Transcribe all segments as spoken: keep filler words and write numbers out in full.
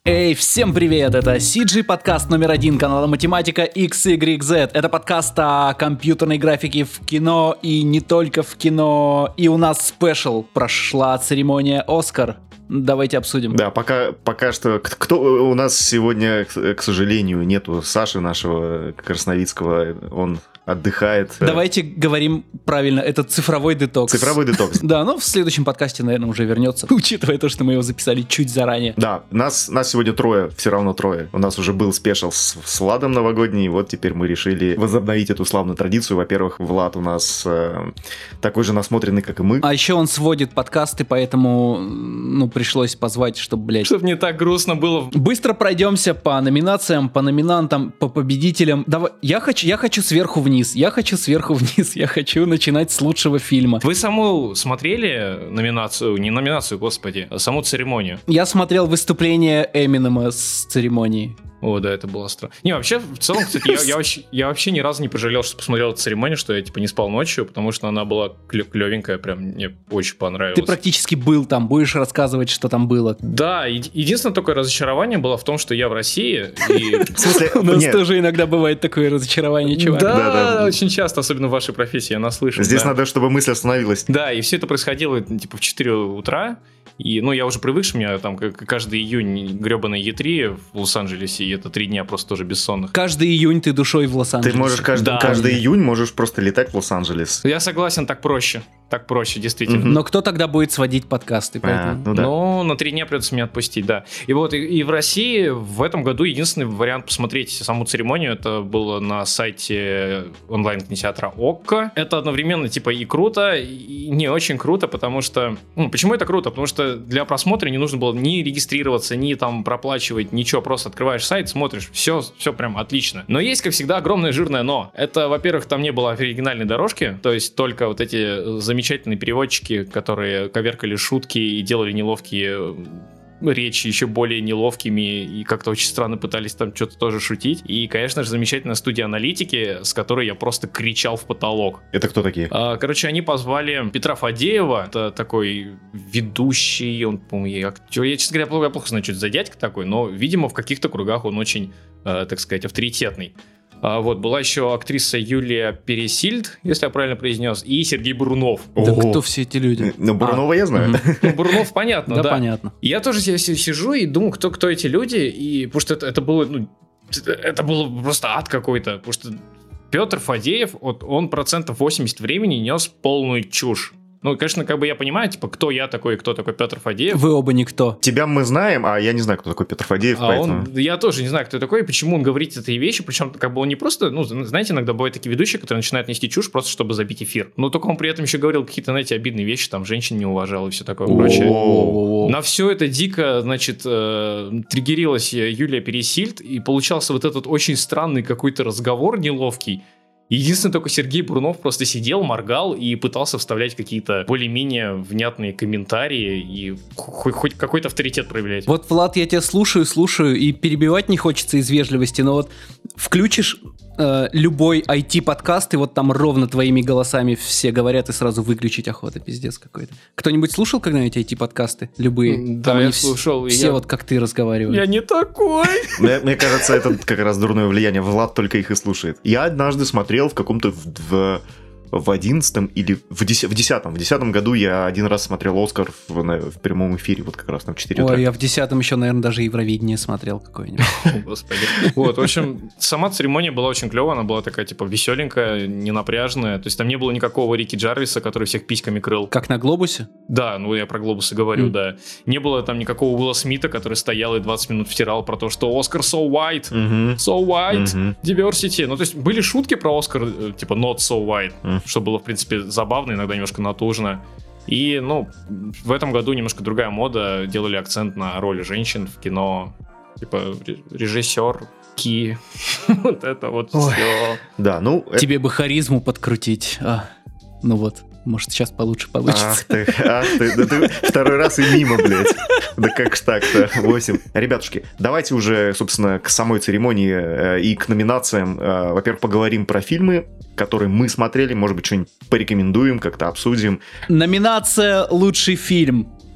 Эй, всем привет! Это си джи подкаст номер один канала Математика икс игрек зет. Это подкаст о компьютерной графике в кино и не только в кино. И у нас спешл. Прошла церемония Оскар. Давайте обсудим. Да, пока, пока что... Кто у нас сегодня, к сожалению, нету Саши нашего Красновицкого. Он отдыхает. Давайте говорим правильно, это цифровой детокс. Цифровой детокс. Да, ну в следующем подкасте, наверное, уже вернется, учитывая то, что мы его записали чуть заранее. Да, нас, нас сегодня трое, все равно трое. У нас уже был спешл с, с Владом новогодний, и вот теперь мы решили возобновить эту славную традицию. Во-первых, Влад у нас э, такой же насмотренный, как и мы. А еще он сводит подкасты, поэтому, ну, пришлось позвать, чтобы, блядь... Чтобы не так грустно было. Быстро пройдемся по номинациям, по номинантам, по победителям. Давай, я хочу, я хочу сверху вниз. Я хочу сверху вниз. Я хочу начинать с лучшего фильма. Вы саму смотрели номинацию, не номинацию, господи, а саму церемонию? Я смотрел выступление Эминема с церемонии. О, да, это было странно. Не, вообще, в целом, кстати, я, я, вообще, я вообще ни разу не пожалел, что посмотрел эту церемонию, что я, типа, не спал ночью, потому что она была клевенькая, прям мне очень понравилась. Ты практически был там, будешь рассказывать, что там было. Да, еди- единственное только разочарование было в том, что я в России, и... В смысле? У нас тоже иногда бывает такое разочарование, чувак. Да, очень часто, особенно в вашей профессии, я наслышан. Здесь надо, чтобы мысль остановилась. Да, и все это происходило, типа, в четыре утра. И, ну, я уже привык, что у меня там каждый июнь гребаный и три в Лос-Анджелесе, и это три дня просто тоже бессонных. Каждый июнь ты душой в Лос-Анджелесе. Ты можешь каждый, да. каждый июнь можешь просто летать в Лос-Анджелес. Я согласен, так проще. Так проще, действительно. Но кто тогда будет сводить подкасты? А, ну, да. Ну, на три дня придется меня отпустить, да. И вот, и, и в России в этом году единственный вариант посмотреть саму церемонию, это было на сайте онлайн-кинотеатра ОККО. Это одновременно, типа, и круто, и не очень круто, потому что... Ну, почему это круто? Потому что для просмотра не нужно было ни регистрироваться, ни там проплачивать, ничего. Просто открываешь сайт, смотришь, все, все прям отлично. Но есть, как всегда, огромное жирное но. Это, во-первых, там не было оригинальной дорожки, то есть только вот эти замечательные переводчики, которые коверкали шутки и делали неловкие речи еще более неловкими и как-то очень странно пытались там что-то тоже шутить. И, конечно же, замечательная студия аналитики, с которой я просто кричал в потолок. Это кто такие? А, короче, они позвали Петра Фадеева, это такой ведущий, он, по-моему, актер. Я, честно говоря, я плохо знаю, что это за дядька такой, но, видимо, в каких-то кругах он очень, э, так сказать, авторитетный. А, вот, была еще актриса Юлия Пересильд, если я правильно произнес, и Сергей Бурунов. Да кто все эти люди? Ну, Бурунова а. я знаю. Ну, Бурунов понятно, да. Да, понятно. Я тоже сижу и думаю, кто, кто эти люди, и потому что это, это было, ну, это было просто ад какой-то, потому что Петр Фадеев, вот, он процентов восемьдесят времени нес полную чушь. Ну, конечно, как бы я понимаю, типа, кто я такой, кто такой Петр Фадеев. Вы оба никто. Тебя мы знаем, а я не знаю, кто такой Петр Фадеев, а поэтому... Он, я тоже не знаю, кто такой, почему он говорит эти вещи, причем, как бы, он не просто, ну, знаете, иногда бывают такие ведущие, которые начинают нести чушь просто, чтобы забить эфир. Но только он при этом еще говорил какие-то, знаете, обидные вещи, там, женщин не уважал и все такое прочее. На все это дико, значит, э, триггерилась Юлия Пересильд, и получался вот этот очень странный какой-то разговор неловкий. Единственное, только Сергей Бурунов просто сидел, моргал и пытался вставлять какие-то более-менее внятные комментарии и хоть, хоть какой-то авторитет проявлять. Вот, Влад, я тебя слушаю, слушаю, и перебивать не хочется из вежливости, но вот включишь э, любой ай ти-подкаст, и вот там ровно твоими голосами все говорят, и сразу выключить охота, пиздец какой-то. Кто-нибудь слушал когда-нибудь ай ти-подкасты? Любые? Да, там я слушал. Все я... вот как ты разговариваешь. Я не такой! Мне, мне кажется, это как раз дурное влияние. Влад только их и слушает. Я однажды смотрел в каком-то в, в, в одиннадцатом или в, десятом, в десятом. В десятом году я один раз смотрел «Оскар» в, на, в прямом эфире, вот как раз там в четыре утра. Ой, я в десятом еще, наверное, даже Евровидение смотрел какое-нибудь. О, господи. Вот, в общем, сама церемония была очень клевая, она была такая, типа, веселенькая, ненапряжная. То есть там не было никакого Рики Джарвиса, который всех письками крыл. Как на «Глобусе»? Да, ну я про «Глобусы» говорю, mm. да. Не было там никакого Уилла Смита, который стоял и двадцать минут втирал про то, что «Оскар so white», mm-hmm. «so white», mm-hmm. «diversity». Ну, то есть были шутки про «Оскар», типа «not so white», mm. что было, в принципе, забавно, иногда немножко натужно. И, ну, в этом году немножко другая мода, делали акцент на роли женщин в кино, типа режиссер, ки, вот это вот все. Да, ну... Тебе бы харизму подкрутить, а, ну вот. Может, сейчас получше получится. Ах ты, ах ты, да ты второй раз и мимо, блядь. Да как ж так-то, восемь. Ребятушки, давайте уже, собственно, к самой церемонии э, и к номинациям. Э, во-первых, поговорим про фильмы, которые мы смотрели, может быть, что-нибудь порекомендуем, как-то обсудим. Номинация «Лучший фильм».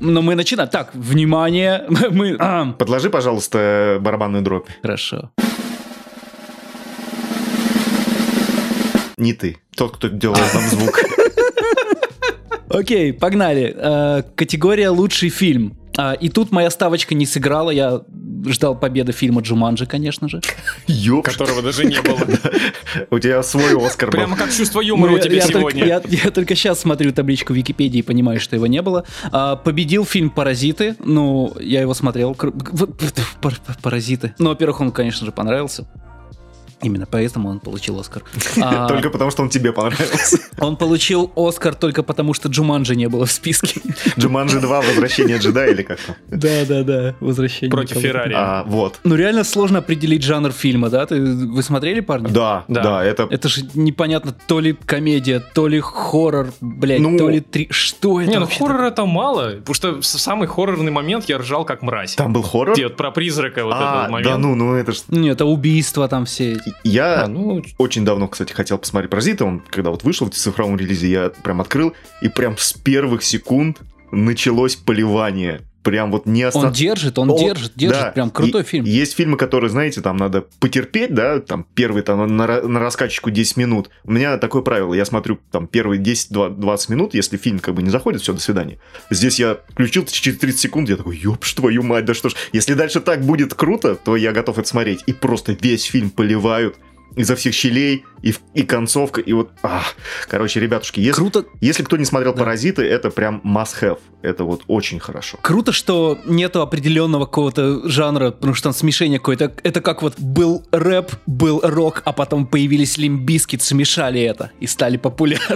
но мы начинаем. Так, внимание. Мы... Подложи, пожалуйста, барабанную дробь. Хорошо. Не ты. Тот, кто делал нам звук. Окей, погнали. Э, категория «Лучший фильм». А, и тут моя ставочка не сыграла. Я ждал победы фильма «Джуманджи», конечно же. Ёпш. Которого даже не было. У тебя свой Оскар был. Прямо как чувство юмора Ну, у тебя я сегодня. Только, я, я только сейчас смотрю табличку в Википедии и понимаю, что его не было. А, победил фильм «Паразиты». Ну, я его смотрел. «Паразиты». Ну, во-первых, он, конечно же, понравился. Именно поэтому он получил Оскар. А, Только потому, что он тебе понравился. он получил Оскар только потому, что «Джуманджи» не было в списке. Джуманджи два, «Возвращение джедая» или как там? Да-да-да, «Возвращение». Против Феррари. А, вот. Ну, реально сложно определить жанр фильма, да? Ты, вы смотрели, парни? Да, Да. да, это... Это же непонятно, то ли комедия, то ли хоррор, блядь, Ну, то ли три... Что это Не, ну вообще хоррора там мало, потому что в самый хоррорный момент я ржал как мразь. Там был хоррор? Где вот про призрака вот А, этот момент. да ну, ну это ж... такое? Нет, это убийства там все. Я А, ну, очень давно, кстати, хотел посмотреть «Паразиты». Он, когда вот вышел в цифровом релизе, я прям открыл, и прям с первых секунд началось поливание. Прям вот не Он остановился. держит, он держит, держит, прям крутой И фильм. Есть фильмы, которые, знаете, там надо потерпеть, да, там первый там на, на раскачечку десять минут. У меня такое правило, я смотрю там первые десять-двадцать минут, если фильм как бы не заходит, все, до свидания. Здесь я включил через тридцать секунд, я такой, ёб твою мать, да что ж. Если дальше так будет круто, то я готов это смотреть. И просто весь фильм поливают изо всех щелей, и, и концовка, и вот, ах. Короче, ребятушки, если, Круто, если кто не смотрел Да. «Паразиты», это прям must-have. Это вот очень хорошо. круто, что нету определенного какого-то жанра, потому что там смешение какое-то. Это как вот был рэп, был рок, а потом появились Limp Bizkit, смешали это и стали популярны.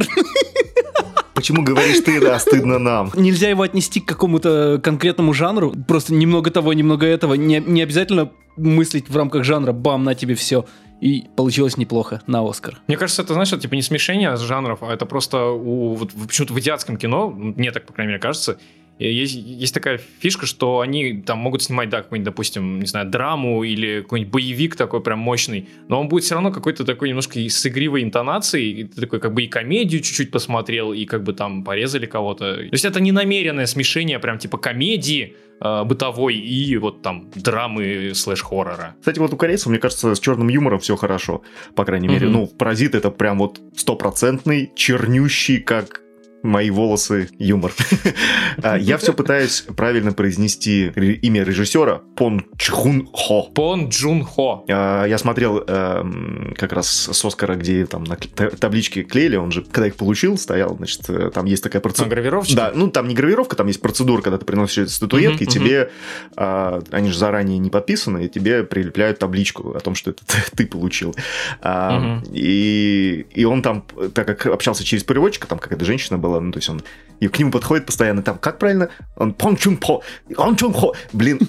Почему говоришь ты, да, стыдно нам? Нельзя его отнести к какому-то конкретному жанру, просто немного того, немного этого. Не, не обязательно мыслить в рамках жанра, бам, на тебе все. И получилось неплохо на Оскар. мне кажется, это, знаешь, это типа не смешение жанров, а это просто у, вот, почему-то в азиатском кино, мне так, по крайней мере, кажется, есть, есть такая фишка, что они там могут снимать, да, какую-нибудь, допустим, не знаю, драму или какой-нибудь боевик такой прям мощный, но он будет все равно какой-то такой немножко и с игривой интонацией, и ты такой как бы и комедию чуть-чуть посмотрел, и как бы там порезали кого-то. То есть это не намеренное смешение прям типа комедии, э, бытовой и вот там драмы слэш-хоррора. Кстати, вот у корейцев, мне кажется, с черным юмором все хорошо, по крайней мере. Мгм. Ну, «Паразит» — это прям вот стопроцентный, чернющий, как мои волосы, юмор. А, Я все пытаюсь правильно произнести ре- имя режиссера. Пон Чхун Хо. Пон Джун Хо. А, Я смотрел эм, как раз с Оскара, где там на к- та- таблички клеили, он же, когда их получил, стоял, значит, э, там есть такая На процедура. гравировочке? Да, ну там не гравировка, там есть процедура, когда ты приносишь статуэтки, Мгм, тебе, а, они же заранее не подписаны, и тебе прилепляют табличку о том, что это ты получил. А, Мгм. и, и он там, так как общался через переводчика, там какая-то женщина была, ну то есть он и к нему подходит постоянно, там, как правильно? Он Пон Чун По, Он Чун Хо, блин.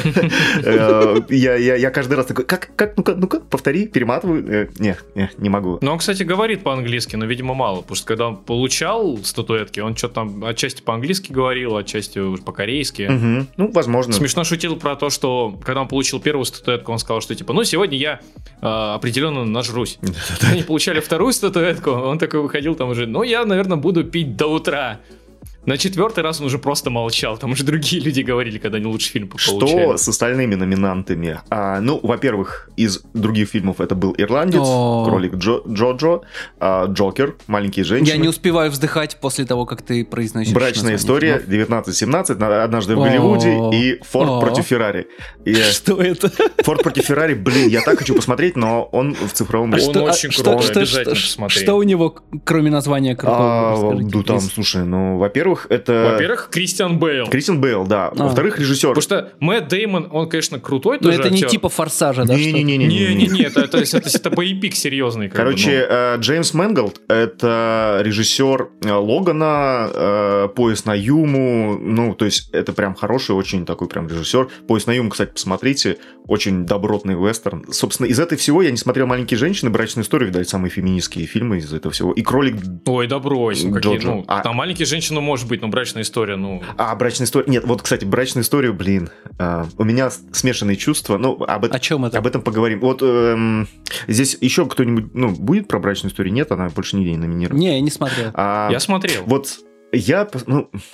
Э, Я я- я каждый раз такой, как, как, ну-ка, ну-ка, повтори, перематываю. Э, Не, не, не могу. Но он, кстати, говорит по-английски, но, видимо, мало. Потому что когда он получал статуэтки, он что-то там отчасти по-английски говорил, отчасти уже по-корейски. Мгм. Ну, возможно. Смешно шутил про то, что когда он получил первую статуэтку, он сказал, что типа, ну, сегодня я э, определенно нажрусь. Когда они получали вторую статуэтку, он такой выходил там уже, ну, я, наверное, буду пить до утра. На четвертый раз он уже просто молчал. Там уже другие люди говорили, когда они лучший фильм получали. Что с остальными номинантами? А, ну, во-первых, из других фильмов это был «Ирландец», О. «Кролик Джо- Джоджо», а, «Джокер», «Маленькие женщины». Я не успеваю вздыхать после того, как ты произносишь «Брачная название история», фильмов. девятнадцать семнадцать, на- «Однажды в О. Голливуде» и «Форд О. против Феррари». И Что это? «Форд против Феррари», блин, я так хочу посмотреть, но он в цифровом Он режиме. очень крутой, обязательно посмотри. Что у него, кроме названия крутого? А, расскажите, ну, там, please. слушай, ну, во-первых, это... Во-первых, Кристиан Бейл. Кристиан Бейл, да. А. Во-вторых, режиссер. Потому что Мэтт Дэймон, он, конечно, крутой Но тоже это не актер. типа «Форсажа», да? что-то? Не-не-не. Не-не-не, это, это, это, это боепик серьезный. Как Короче, бы, э, Джеймс Мэнголд — это режиссер э, Логана, э, «Поезд на Юму», ну, то есть это прям хороший, очень такой прям режиссер. «Поезд на Юму», кстати, посмотрите, очень добротный вестерн. Собственно, из этого всего я не смотрел «Маленькие женщины», «Брачную историю», видать, самые феминистские фильмы из этого всего. И «Кролик». ну. Ой, да брось. ну, какие, Джоджо. ну, А- Там маленькие женщины может быть, но брачная история, ну... А, «Брачная история». Нет, вот, кстати, «Брачную историю», блин, э, у меня с- смешанные чувства. Ну, об, О чем это? об этом поговорим. Вот эм, здесь еще кто-нибудь, ну, будет про «Брачную историю»? Нет, она больше нигде не номинирована. Не, я не смотрел. А, Я смотрел. Вот я, пос- ну,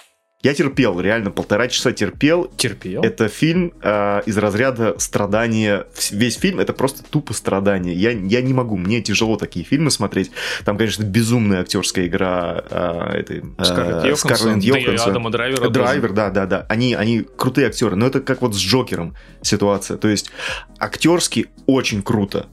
Я терпел, реально, полтора часа терпел. Терпел? Это фильм э, из разряда страдания. Весь фильм это просто тупо страдание. Я, я не могу, мне тяжело такие фильмы смотреть. Там, конечно, безумная актерская игра э, этой, э, Скарлетт Скарлетт Йоханссон. Да и Адама Драйвера. Драйвер, да, да, да. Они, они крутые актеры, но это как вот с Джокером ситуация. То есть актерски очень круто.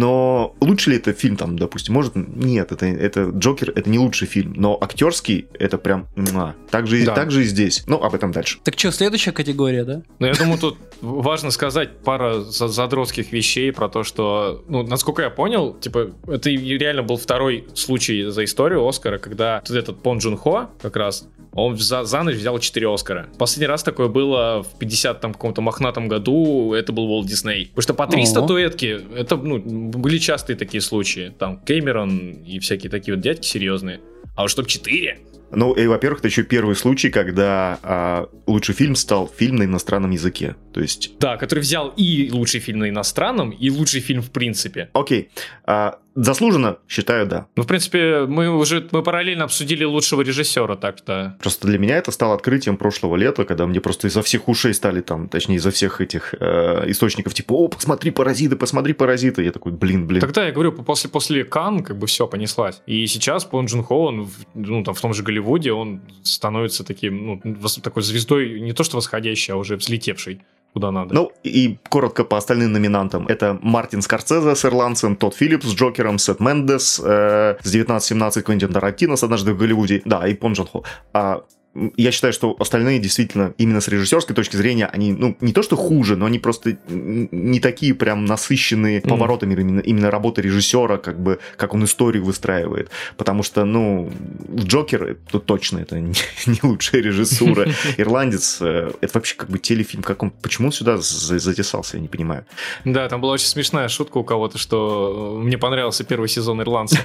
Но лучше ли это фильм, там, допустим, может? Нет, это, это Джокер, это не лучший фильм. Но актерский, это прям... Так же, да. так же и здесь. Ну, об этом дальше. Так что, следующая категория, да? Ну, я думаю, тут важно сказать пара задротских вещей про то, что, ну, насколько я понял, типа, это реально был второй случай за историю Оскара, когда этот Пон Джун Хо как раз, он за, за ночь взял четыре Оскара. Последний раз такое было в пятидесятом каком-то мохнатом году, это был Уолт Дисней. Потому что по три статуэтки, это, ну, были частые такие случаи. Там Кэмерон и всякие такие вот дядьки серьезные. А вот чтоб четыре... Ну, и, во-первых, это еще первый случай, когда а, лучший фильм стал фильм на иностранном языке. То есть... Да, который взял и лучший фильм на иностранном, и лучший фильм в принципе. Окей. А, заслуженно, считаю, да. Ну, в принципе, мы уже мы параллельно обсудили лучшего режиссера, так-то. Просто для меня это стало открытием прошлого лета, когда мне просто изо всех ушей стали там, точнее, изо всех этих э, источников, типа, о, посмотри «Паразиты», посмотри «Паразиты». Я такой, блин, блин. Тогда я говорю, после, после Канн как бы все понеслась. И сейчас Пон Джун Хо, он, ну, там, в том же Голливуде, он становится таким, ну, такой звездой, не то что восходящей, а уже взлетевшей. Куда надо. Ну, и коротко по остальным номинантам. Это Мартин Скорсезе с «Ирландцем», Тодд Филлипс с «Джокером», Сет Мендес э, с девятнадцать семнадцать, Квентин Тарантино с «Однажды в Голливуде». Да, и Пон Джун Хо. А я считаю, что остальные действительно именно с режиссерской точки зрения, они, ну, не то что хуже, но они просто не такие прям насыщенные mm. поворотами именно, именно работы режиссера, как бы, как он историю выстраивает. Потому что, ну, Джокер, тут точно это не, не лучшая режиссура. Ирландец, это вообще как бы телефильм. Как он, почему он сюда затесался, я не понимаю. Да, там была очень смешная шутка у кого-то, что мне понравился первый сезон «Ирландца».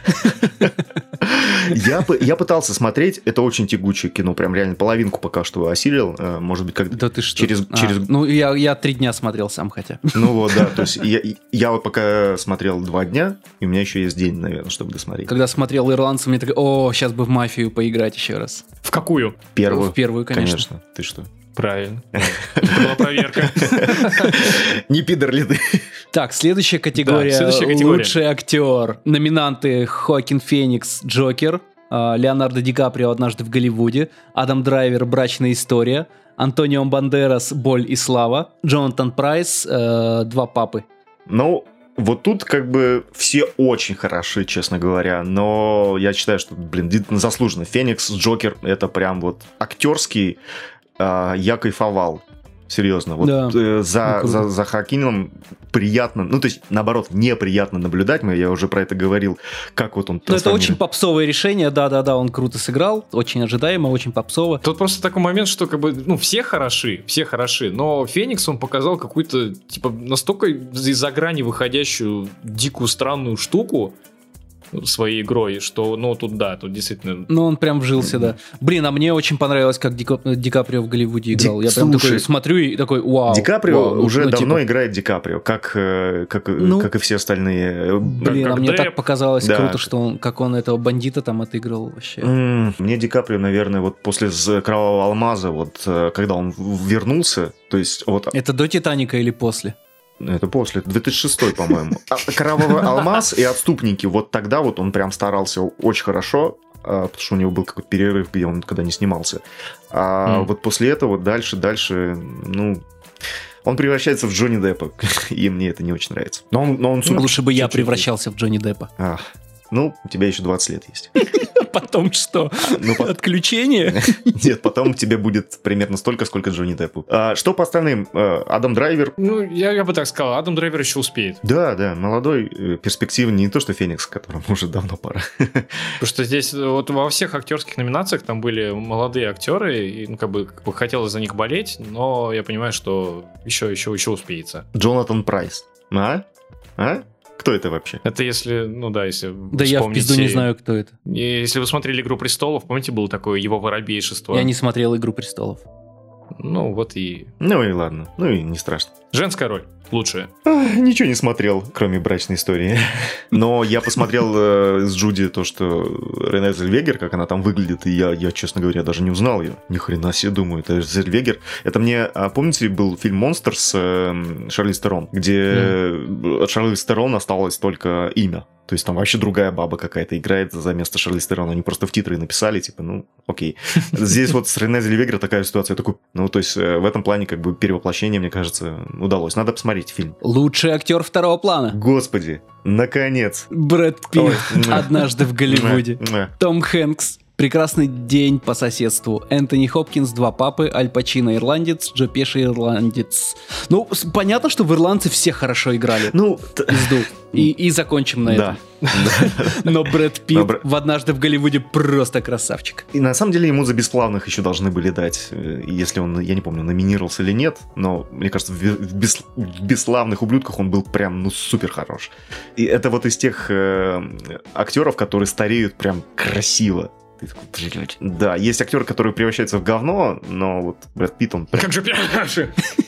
Я, я пытался смотреть, это очень тягучее кино, прям реально половинку пока что осилил, может быть, как да ты что? через... А, через... Ну, я, я три дня смотрел сам хотя. Ну вот, да, то есть я, я вот пока смотрел два дня, и у меня еще есть день, наверное, чтобы досмотреть. Когда смотрел «Ирландца», мне такой, о, сейчас бы в «Мафию» поиграть еще раз. В какую? Первую. В первую, конечно. Конечно, ты что? Правильно. Это была проверка. Не пидор ли ты? Так, следующая категория. Да, следующая категория. Лучший актер. Номинанты: Хоакин Феникс, Джокер, Леонардо Ди Каприо, «Однажды в Голливуде», Адам Драйвер, «Брачная история», Антонио Бандерас, «Боль и слава», Джонатан Прайс, э, «Два папы». Ну, вот тут как бы все очень хороши, честно говоря, но я считаю, что, блин, заслуженно. Феникс, Джокер, это прям вот актерский, э, я кайфовал. Серьезно, вот да. э, за, ну, за, за Хоакином приятно, ну, то есть, наоборот, неприятно наблюдать, я уже про это говорил, как вот он... Ну, это очень попсовое решение, да-да-да, он круто сыграл, очень ожидаемо, очень попсово. Тут просто такой момент, что, как бы, ну, все хороши, все хороши, но Феникс, он показал какую-то, типа, настолько из-за грани выходящую дикую странную штуку, своей игрой, что, ну, тут да, тут действительно... Ну, он прям вжился, да. Блин, а мне очень понравилось, как Ди, Ди Каприо в Голливуде играл. Ди... Я прям Слушай, такой смотрю и такой, вау. Ди Каприо вау, уже ну, давно типа... играет Ди Каприо, как, как, ну, как и все остальные. Блин, как а мне Дэп. так показалось да. круто, что он, как он этого бандита там отыгрывал вообще. Mm, мне Ди Каприо, наверное, вот после «Кровавого алмаза», вот когда он вернулся, то есть вот... Это до «Титаника» или после? Это после, две тысячи шестой, по-моему. «Кровавый алмаз» и «Отступники». Вот тогда вот он прям старался очень хорошо, потому что у него был какой-то перерыв, где он когда не снимался. А mm. вот после этого дальше, дальше, ну... Он превращается в Джонни Деппа, и мне это не очень нравится. Но он, но он супер, лучше бы я превращался в Джонни Деппа. Ах. Ну, у тебя еще двадцать лет есть. Потом что? Ну, по... Отключение? Нет, потом тебе будет примерно столько, сколько Джонни Деппу. А, что по остальным? Адам Драйвер? Ну, я, я бы так сказал, Адам Драйвер еще успеет. Да, да, молодой, перспективный, не то что Феникс, которому уже давно пора. Потому что здесь вот во всех актерских номинациях там были молодые актеры, и, ну, как бы, как бы хотелось за них болеть, но я понимаю, что еще, еще, еще успеется. Джонатан Прайс. А? А? Кто это вообще? Это если, ну да, если Да я в пизду не знаю, кто это. Если вы смотрели «Игру престолов», помните, было такое его воробейшество? Я не смотрел «Игру престолов». Ну, вот и... Ну и ладно, ну и не страшно. Женская роль. лучшие. А, ничего не смотрел, кроме «Брачной истории». Но я посмотрел э, с Джуди то, что Рене Зельвегер, как она там выглядит, и я, я, честно говоря, даже не узнал ее. Ни хрена себе, думаю, это Зельвегер. Это мне, а, помните, был фильм «Монстр» с э, Шарлиз Терон, где mm. от Шарлиз Терон осталось только имя. То есть там вообще другая баба какая-то играет за место Шарлиз Терон. Они просто в титры написали, типа, ну, окей. Здесь вот с Рене Зельвегер такая ситуация. Такой, ну, то есть в этом плане как бы перевоплощение, мне кажется, удалось. Надо посмотреть фильм. Лучший актер второго плана. Господи, наконец. Брэд Питт. «Однажды в Голливуде». Том Хэнкс. «Прекрасный день по соседству». Энтони Хопкинс, «Два папы», Аль Пачино ирландец, Джо Пеши ирландец. Ну, понятно, что в «Ирландце» все хорошо играли. Ну, пизду. И, и закончим на да. этом. Но Брэд Питт в «Однажды в Голливуде» просто красавчик. И на самом деле ему за «Бесславных» еще должны были дать, если он, я не помню, номинировался или нет, но мне кажется, в, бес, в «Бесславных ублюдках» он был прям, ну, супер хорош. И это вот из тех э, актеров, которые стареют прям красиво. Да, есть актеры, которые превращаются в говно, но вот Брэд Питт, он... Как Джо Пеши.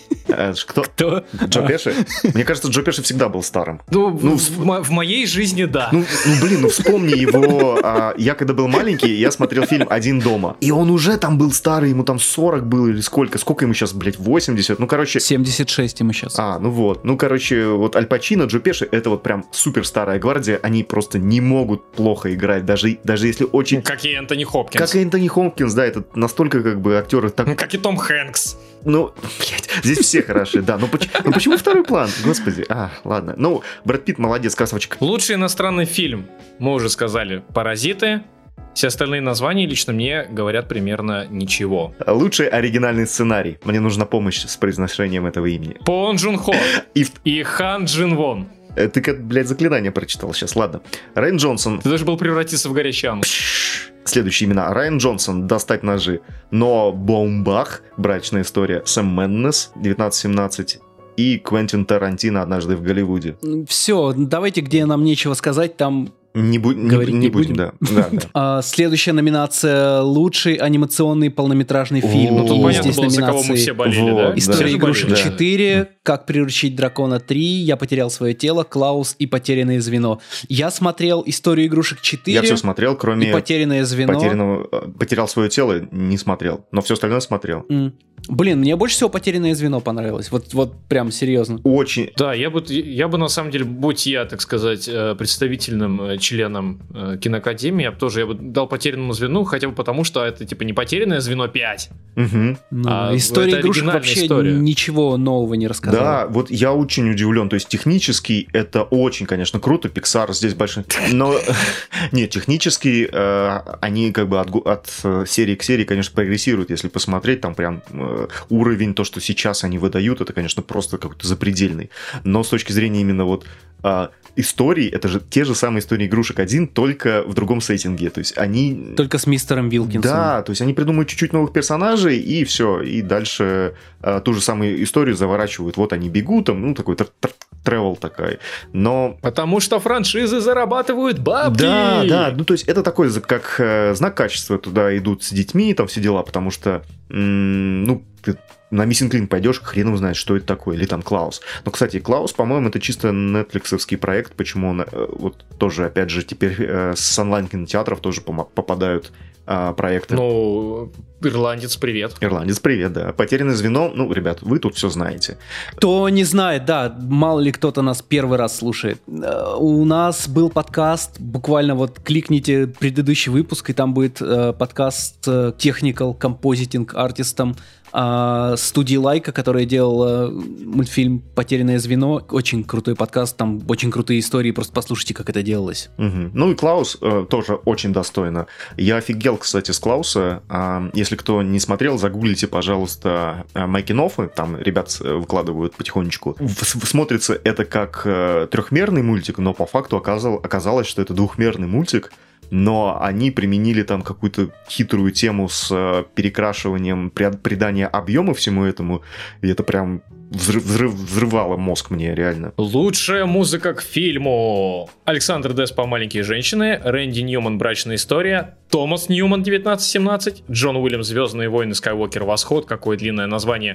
Кто? Кто? Джо Пеши? Мне кажется, Джо Пеши всегда был старым. Ну, ну в, в, в моей жизни, да. Ну, ну блин, ну вспомни его. А, я когда был маленький, я смотрел фильм «Один дома». И он уже там был старый, ему там сорок было или сколько? Сколько ему сейчас, блядь, восемьдесят? Ну, короче... семьдесят шесть ему сейчас. А, ну вот. Ну, короче, вот Аль Пачино, Джо Пеши, это вот прям супер старая гвардия. Они просто не могут плохо играть, даже, даже если очень... Как и Энтони Хопкинс. Как и Энтони Хопкинс, да, это настолько как бы актеры... Так... Ну, как и Том Хэнкс. Ну, блядь, здесь все хороши, да. Ну, поч- ну почему второй план? Господи. А, ладно. Ну, Брэд Питт молодец, красавчик. Лучший иностранный фильм, мы уже сказали, «Паразиты». Все остальные названия лично мне говорят примерно ничего. Лучший оригинальный сценарий. Мне нужна помощь с произношением этого имени. Пон Джун Хо и... и Хан Джин Вон. Ты как, блядь, заклинание прочитал сейчас, ладно. Райан Джонсон. Ты должен был превратиться в горящий анус. Следующие имена. Райан Джонсон, «Достать ножи». Но Баумбах, «Брачная история». Сэм Меннес, девятнадцать семнадцать. И Квентин Тарантино, «Однажды в Голливуде». Все, давайте, где нам нечего сказать, там... Не, бу- не, не будем, да. да, да. А, следующая номинация — лучший анимационный полнометражный фильм. Ну тут понятно Здесь было, за кого мы все болели, вот, да? «История да. игрушек Да. четыре», «Как приручить дракона три», «Я потерял свое тело», «Клаус» и «Потерянное звено». Я смотрел «Историю игрушек четыре». Я все смотрел, кроме... И «Потерянное звено». Потерянного... Потерял свое тело, не смотрел. Но все остальное смотрел. Mm. Блин, мне больше всего «Потерянное звено» понравилось. Вот, вот прям серьезно. Очень. Да, я бы, я бы на самом деле, будь я, так сказать, представительным членом киноакадемии, я бы тоже я бы дал «Потерянному звену», хотя бы потому, что это типа не «Потерянное звено пять». Угу. Ну, а история игрушек вообще история. ничего нового не рассказала. Да, вот я очень удивлен. То есть технически это очень, конечно, круто. Pixar здесь большой... Но нет, технически они как бы от серии к серии, конечно, прогрессируют. Если посмотреть, там прям уровень, то, что сейчас они выдают, это, конечно, просто какой-то запредельный. Но с точки зрения именно вот а, истории, это же те же самые истории игрушек один, только в другом сеттинге. То есть они... Только с мистером Вилкинсом. Да, то есть они придумывают чуть-чуть новых персонажей, и все. И дальше а, ту же самую историю заворачивают. Вот они бегут, там, ну, такой тревел такой. Но... Потому что франшизы зарабатывают бабки! Да, да, ну, то есть это такой, как э, знак качества, туда идут с детьми, там все дела, потому что, м- ну, ты на Missing Link пойдешь, хрен его знает, что это такое, или там Клаус. Но, кстати, Клаус, по-моему, это чисто нетфликсовский проект, почему он э, вот тоже, опять же, теперь э, с онлайн-кинотеатров тоже пом- попадают э, проекты. Ну, ирландец, привет. Ирландец, привет, да. «Потерянное звено», ну, ребят, вы тут все знаете. Кто не знает, да, мало ли кто-то нас первый раз слушает. У нас был подкаст, буквально вот кликните предыдущий выпуск, и там будет э, подкаст э, Technical Compositing артистом э, студии Лайка, которая делала мультфильм «Потерянное звено». Очень крутой подкаст, там очень крутые истории, просто послушайте, как это делалось. Угу. Ну и Клаус э, тоже очень достойно. Я офигел, кстати, с Клауса. Э, если кто не смотрел, загуглите, пожалуйста, мейкин-оффы, там ребят выкладывают потихонечку. Смотрится это как э, трехмерный мультик, но по факту оказал, оказалось, что это двухмерный мультик, но они применили там какую-то хитрую тему с э, перекрашиванием, придания объема всему этому, и это прям взрыв, взрыв, взрывало мозг мне, реально. Лучшая музыка к фильму. Александр Деспа «Маленькие женщины», Рэнди Ньюман «Брачная история», Томас Ньюман девятнадцать семнадцать, Джон Уильямс «Звездные войны. Скайуокер. Восход», какое длинное название,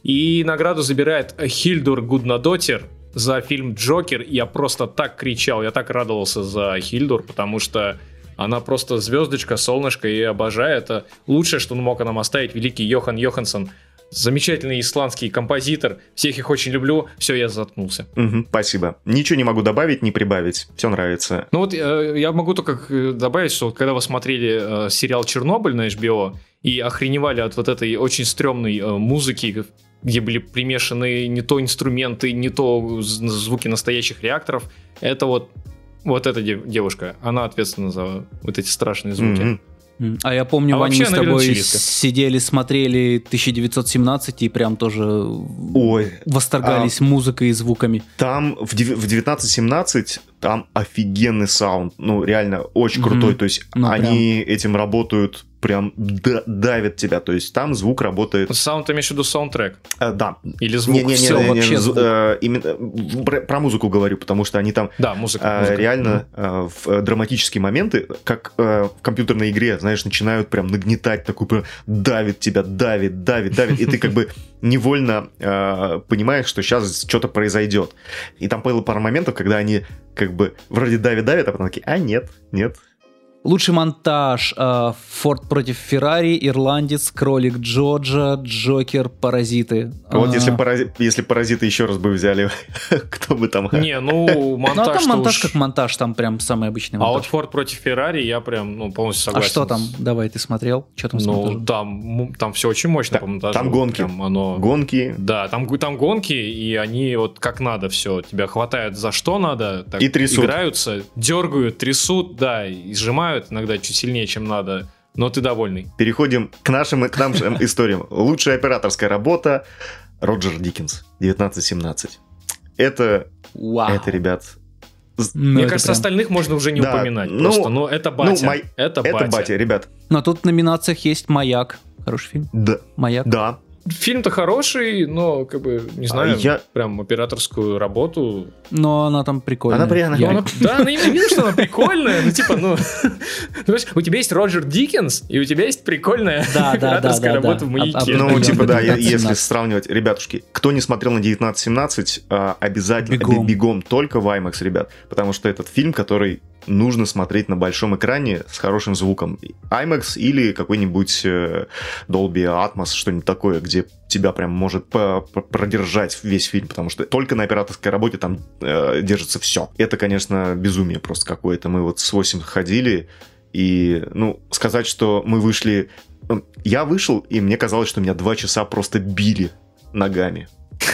И награду забирает Хильдур Гуднадотир за фильм «Джокер». Я просто так кричал, я так радовался за Хильдур, потому что она просто звездочка, солнышко, и обожаю. Это лучшее, что мог нам оставить великий Йохан Йоханссон. Замечательный исландский композитор. Всех их очень люблю. Все, я заткнулся. Угу, спасибо. Ничего не могу добавить, не прибавить. Все нравится. Ну вот э, я могу только добавить, что когда вы смотрели э, сериал «Чернобыль» на эйч би о и охреневали от вот этой очень стрёмной э, музыки, где были примешаны не то инструменты, не то звуки настоящих реакторов, это вот, вот эта девушка, она ответственна за вот эти страшные звуки. Mm-hmm. А я помню, а Ваня, мы с тобой чилистка. сидели, смотрели тысяча девятьсот семнадцать и прям тоже Ой, восторгались а... музыкой и звуками. Там в девятнадцать семнадцать там офигенный саунд, ну реально очень mm-hmm. крутой, то есть ну, они прям... этим работают, прям да- давят тебя, то есть там звук работает. Саунд, ты имеешь в виду саундтрек? А, да. Или звук? Не, не, не, Все, не, вообще не, звук. Э, именно про, про музыку говорю, потому что они там да, музыка, э, музыка. реально э, в драматические моменты, как э, в компьютерной игре, знаешь, начинают прям нагнетать, такой прям давит тебя, давит, давит, давит, и ты как бы невольно э, понимаешь, что сейчас что-то произойдет. И там было пару моментов, когда они как бы вроде давят-давят, а потом такие, а нет, нет. Лучший монтаж: Форд против Феррари, Ирландец, Кролик Джорджа, Джокер, Паразиты. Вот а... если, парази... если Паразиты еще раз бы взяли, кто бы там... Не, ну монтаж... Ну, а там монтаж уж... как монтаж, там прям самый обычный монтаж. А вот Форд против Феррари я прям ну, полностью согласен. А что там? Давай, ты смотрел? Что там с Ну, монтажем? там, там все очень мощно по монтажу. Там гонки. Прям оно... Гонки. Да, там, там гонки, и они вот как надо все. Тебя хватает за что надо. Так, и трясут. Играются, дергают, трясут, да, и сжимают иногда чуть сильнее, чем надо, но ты довольный. Переходим к нашим к нашим историям. Лучшая операторская работа Роджер Диккенс, девятнадцать семнадцать. Это, Вау. это, ребят... Ну, Мне кажется, прям... остальных можно уже не да, упоминать. Ну, просто, но это батя. Ну, май... Это батя. Это батя, ребят. Но тут в номинациях есть «Маяк». Хороший фильм. Да. «Маяк». Да. Фильм-то хороший, но, как бы, не знаю, а я... прям операторскую работу. Но она там прикольная. Она приятная. Я... Она... Да, она именно видно, что она прикольная. Ну, типа, ну... У тебя есть Роджер Диккенс, и у тебя есть прикольная операторская работа в «Маяке». Ну, типа, да, если сравнивать, ребятушки, кто не смотрел на девятнадцать семнадцать, обязательно бегом только в IMAX, ребят. Потому что этот фильм, который... нужно смотреть на большом экране с хорошим звуком. IMAX или какой-нибудь э, Dolby Atmos, что-нибудь такое, где тебя прям может продержать весь фильм, потому что только на операторской работе там э, держится все. Это, конечно, безумие просто какое-то. Мы вот с восемь ходили, и, ну, сказать, что мы вышли... Я вышел, и мне казалось, что меня два часа просто били ногами.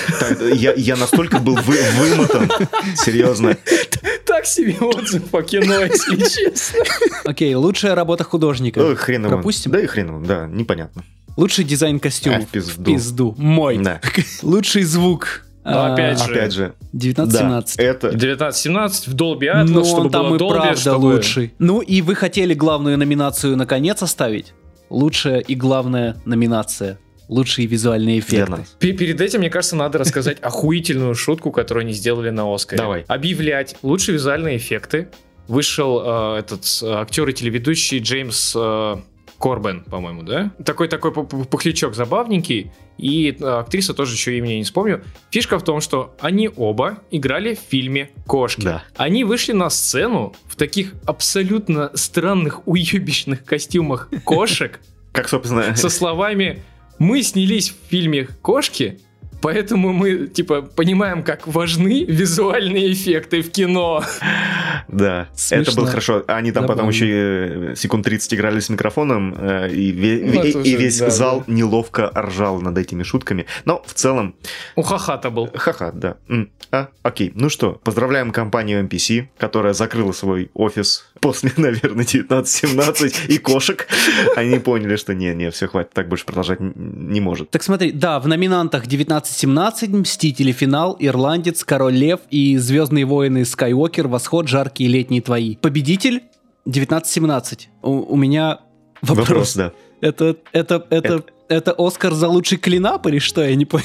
Я, я настолько был вы, вымотан, серьезно. Так себе отзыв по кино, если честно. Окей, лучшая работа художника. Ой, хрен его. Пропустим? Да и хрен его, да, непонятно. Лучший дизайн костюмов. А, в пизду. В пизду. Мой. Да. Лучший звук. Ну, опять же. Опять же. девятнадцать семнадцать. Да, это... девятнадцать семнадцать в Dolby Atmos, ну, чтобы он там было и Dolby, правда чтобы... лучший. Ну и вы хотели главную номинацию наконец оставить? Лучшая и главная номинация. Лучшие визуальные эффекты. Перед этим, мне кажется, надо рассказать охуительную шутку, которую они сделали на Оскаре. Давай. Объявлять лучшие визуальные эффекты. Вышел э, этот э, актер и телеведущий Джеймс э, Корбен, по-моему, да? Такой-такой пухлячок забавненький. И э, актриса тоже еще имени не вспомню. Фишка в том, что они оба играли в фильме «Кошки». Да. Они вышли на сцену в таких абсолютно странных уебищных костюмах кошек. Как, собственно... Со словами... Мы снялись в фильме «Кошки», поэтому мы, типа, понимаем, как важны визуальные эффекты в кино. Да, смешно. Это было хорошо. Они там Забавно. Потом еще секунд тридцать играли с микрофоном, и, ну, и, и уже, весь да, зал да. неловко ржал над этими шутками. Но в целом... У ха-ха-то был. Ха-ха, да. А, окей, ну что, поздравляем компанию эм пи си, которая закрыла свой офис после, наверное, девятнадцать семнадцать и кошек. Они поняли, что не-не, все, хватит, так больше продолжать не может. Так смотри, да, в номинантах девятнадцать семнадцать, «Мстители. Финал», «Ирландец», «Король Лев» и «Звездные войны. Скайуокер. Восход. Жаркие летние твои». Победитель девятнадцать семнадцать. У, у меня вопрос. Вопрос, да. Это, это, это, это... это Оскар за лучший клинап или что? Я не понял.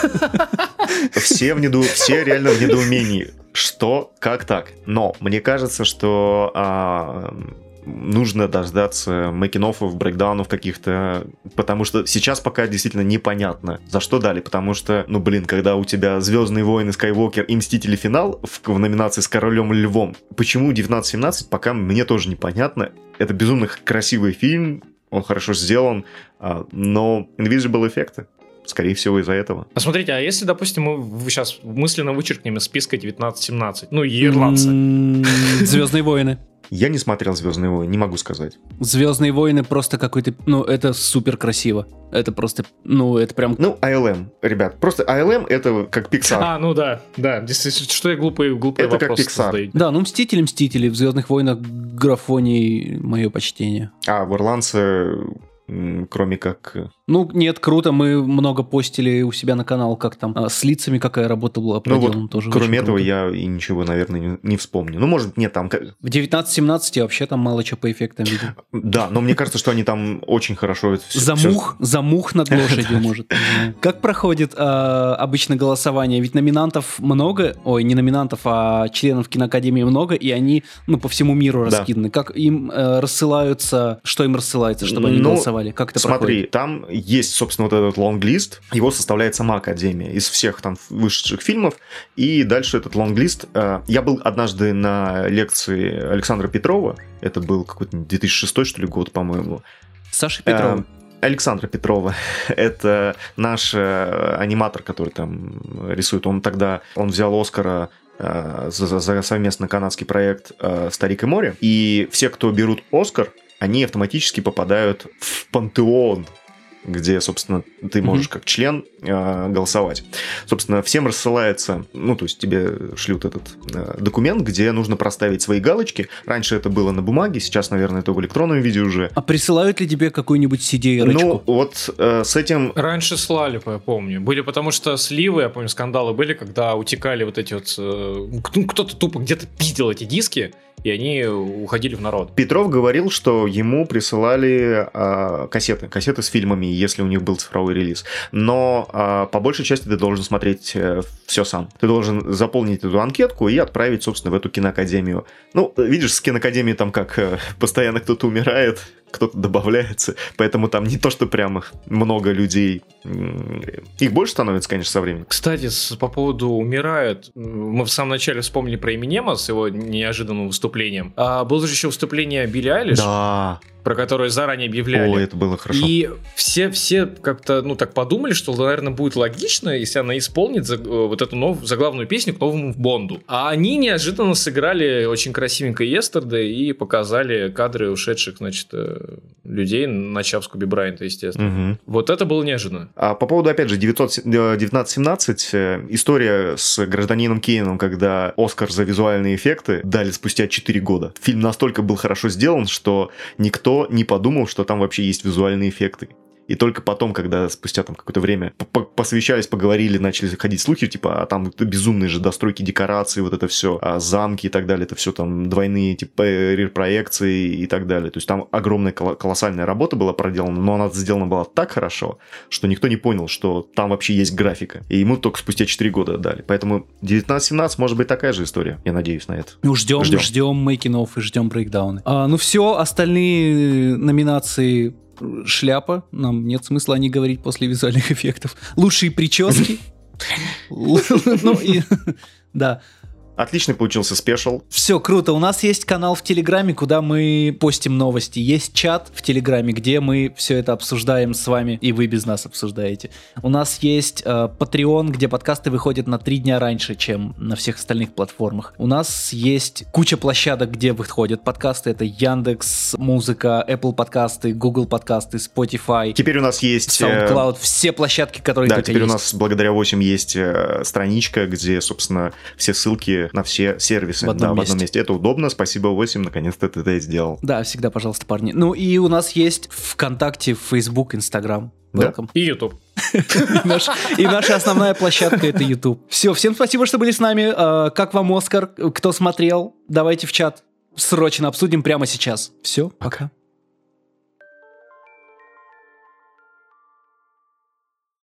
Все, в неду... Все реально в недоумении. Что? Как так? Но мне кажется, что... А... нужно дождаться мейкин-оффов, брейкдаунов каких-то, потому что сейчас пока действительно непонятно, за что дали, потому что, ну, блин, когда у тебя «Звездные войны», «Скайуокер» и «Мстители. Финал» в, в номинации с «Королем Львом», почему девятнадцать семнадцать, пока мне тоже непонятно. Это безумно красивый фильм, он хорошо сделан, но invisible эффекты. Скорее всего, из-за этого. А смотрите, а если, допустим, мы сейчас мысленно вычеркнем из списка девятнадцать семнадцать, ну, и ирландцы. «Звездные войны». Я не смотрел «Звездные войны», не могу сказать. «Звездные войны» просто какой-то... Ну, это супер красиво. Это просто... Ну, это прям... Ну, эй эл эм, ребят. Просто эй эл эм это как Pixar. А, ну да, да. Что я глупый, глупый это вопрос как Pixar. задаю. Да, ну, «Мстители», «Мстители». В «Звездных войнах» графоний мое почтение. А в «Ирландце», кроме как... Ну, нет, круто, мы много постили у себя на канал, как там, а, с лицами какая работа была проделана, ну, вот, тоже кроме этого круто. я и ничего, наверное, не, не вспомню. Ну, может, нет, там... В девятнадцать семнадцать я вообще там мало чего по эффектам видел. Да, но мне кажется, что они там очень хорошо... За мух, за мух над лошадью, может. Как проходит обычно голосование? Ведь номинантов много, ой, не номинантов, а членов киноакадемии много, и они, ну, по всему миру раскиданы. Как им рассылаются, что им рассылается, чтобы они голосовали? Как это проходит? Смотри, там есть, собственно, вот этот лонглист, его составляет сама Академия из всех там вышедших фильмов, и дальше этот лонглист... Э, я был однажды на лекции Александра Петрова, это был какой-то две тысячи шестой, что ли, год, по-моему. Саша Петрова. Э, Александра Петрова, это наш э, аниматор, который там рисует, он тогда, он взял Оскара э, за, за совместно канадский проект э, «Старик и море», и все, кто берут Оскар, они автоматически попадают в пантеон, где, собственно, ты можешь mm-hmm. как член э, голосовать. Собственно, всем рассылается, ну, то есть тебе шлют этот э, документ, где нужно проставить свои галочки. Раньше это было на бумаге, сейчас, наверное, это в электронном виде уже. А присылают ли тебе какую-нибудь си ди-рочку? Ну, вот э, с этим... Раньше слали, я помню. Были, потому что сливы, я помню, скандалы были, когда утекали вот эти вот... Э, кто-то тупо где-то пиздил эти диски, и они уходили в народ. Петров говорил, что ему присылали э, кассеты, кассеты с фильмами, если у них был цифровой релиз. Но э, по большей части ты должен смотреть э, все сам. Ты должен заполнить эту анкетку и отправить, собственно, в эту киноакадемию. Ну, видишь, с киноакадемией там как э, постоянно кто-то умирает, кто-то добавляется, поэтому там не то, что прям много людей. Их больше становится, конечно, со временем. Кстати, с, по поводу «умирают», мы в самом начале вспомнили про Эминема с его неожиданным выступлением. А было же еще выступление Билли Айлиш. Да. Про которое заранее объявляли. О, это было хорошо. И все, все как-то, ну, так подумали, что, наверное, будет логично, если она исполнит за, вот эту нов, заглавную песню к новому Бонду. А они неожиданно сыграли очень красивенько «Yesterday» и показали кадры ушедших, значит, людей, начав с Коби Брайанта, естественно. Угу. Вот это было неожиданно. А по поводу, опять же, девятнадцать семнадцать, история с гражданином Кейном, когда Оскар за визуальные эффекты дали спустя четыре года. Фильм настолько был хорошо сделан, что никто не подумал, что там вообще есть визуальные эффекты. И только потом, когда спустя там какое-то время посовещались, поговорили, начали ходить слухи, типа, а там безумные же достройки декораций, вот это все, а замки и так далее, это все там двойные типа проекции и так далее. То есть там огромная колоссальная работа была проделана, но она сделана была так хорошо, что никто не понял, что там вообще есть графика. И ему только спустя четыре года дали. Поэтому девятнадцать семнадцать может быть такая же история. Я надеюсь на это. Ну, ждем, ждем, ждем мейкинов и ждем брейкдауны. А, ну все, остальные номинации... Шляпа, нам нет смысла о ней говорить после визуальных эффектов. Лучшие прически. Ну и... Да. Отличный получился спешл. Все, круто. У нас есть канал в Телеграме, куда мы постим новости. Есть чат в Телеграме, где мы все это обсуждаем с вами, и вы без нас обсуждаете. У нас есть э, Patreon, где подкасты выходят на три дня раньше, чем на всех остальных платформах. У нас есть куча площадок, где выходят подкасты. Это Яндекс, Музыка, Apple подкасты, Google подкасты, Spotify. Теперь у нас есть... SoundCloud, все площадки, которые да, только теперь есть. у нас благодаря восемь есть э, страничка, где, собственно, все ссылки на все сервисы в одном, да, месте. в одном месте. Это удобно. Спасибо, восемь, наконец-то ты это сделал. Да, всегда, пожалуйста, парни. Ну и у нас есть ВКонтакте, Facebook, Instagram. Welcome. Да? И YouTube. И наша основная площадка — это YouTube. Все, всем спасибо, что были с нами. Как вам Оскар? Кто смотрел? Давайте в чат. Срочно обсудим прямо сейчас. Все, пока.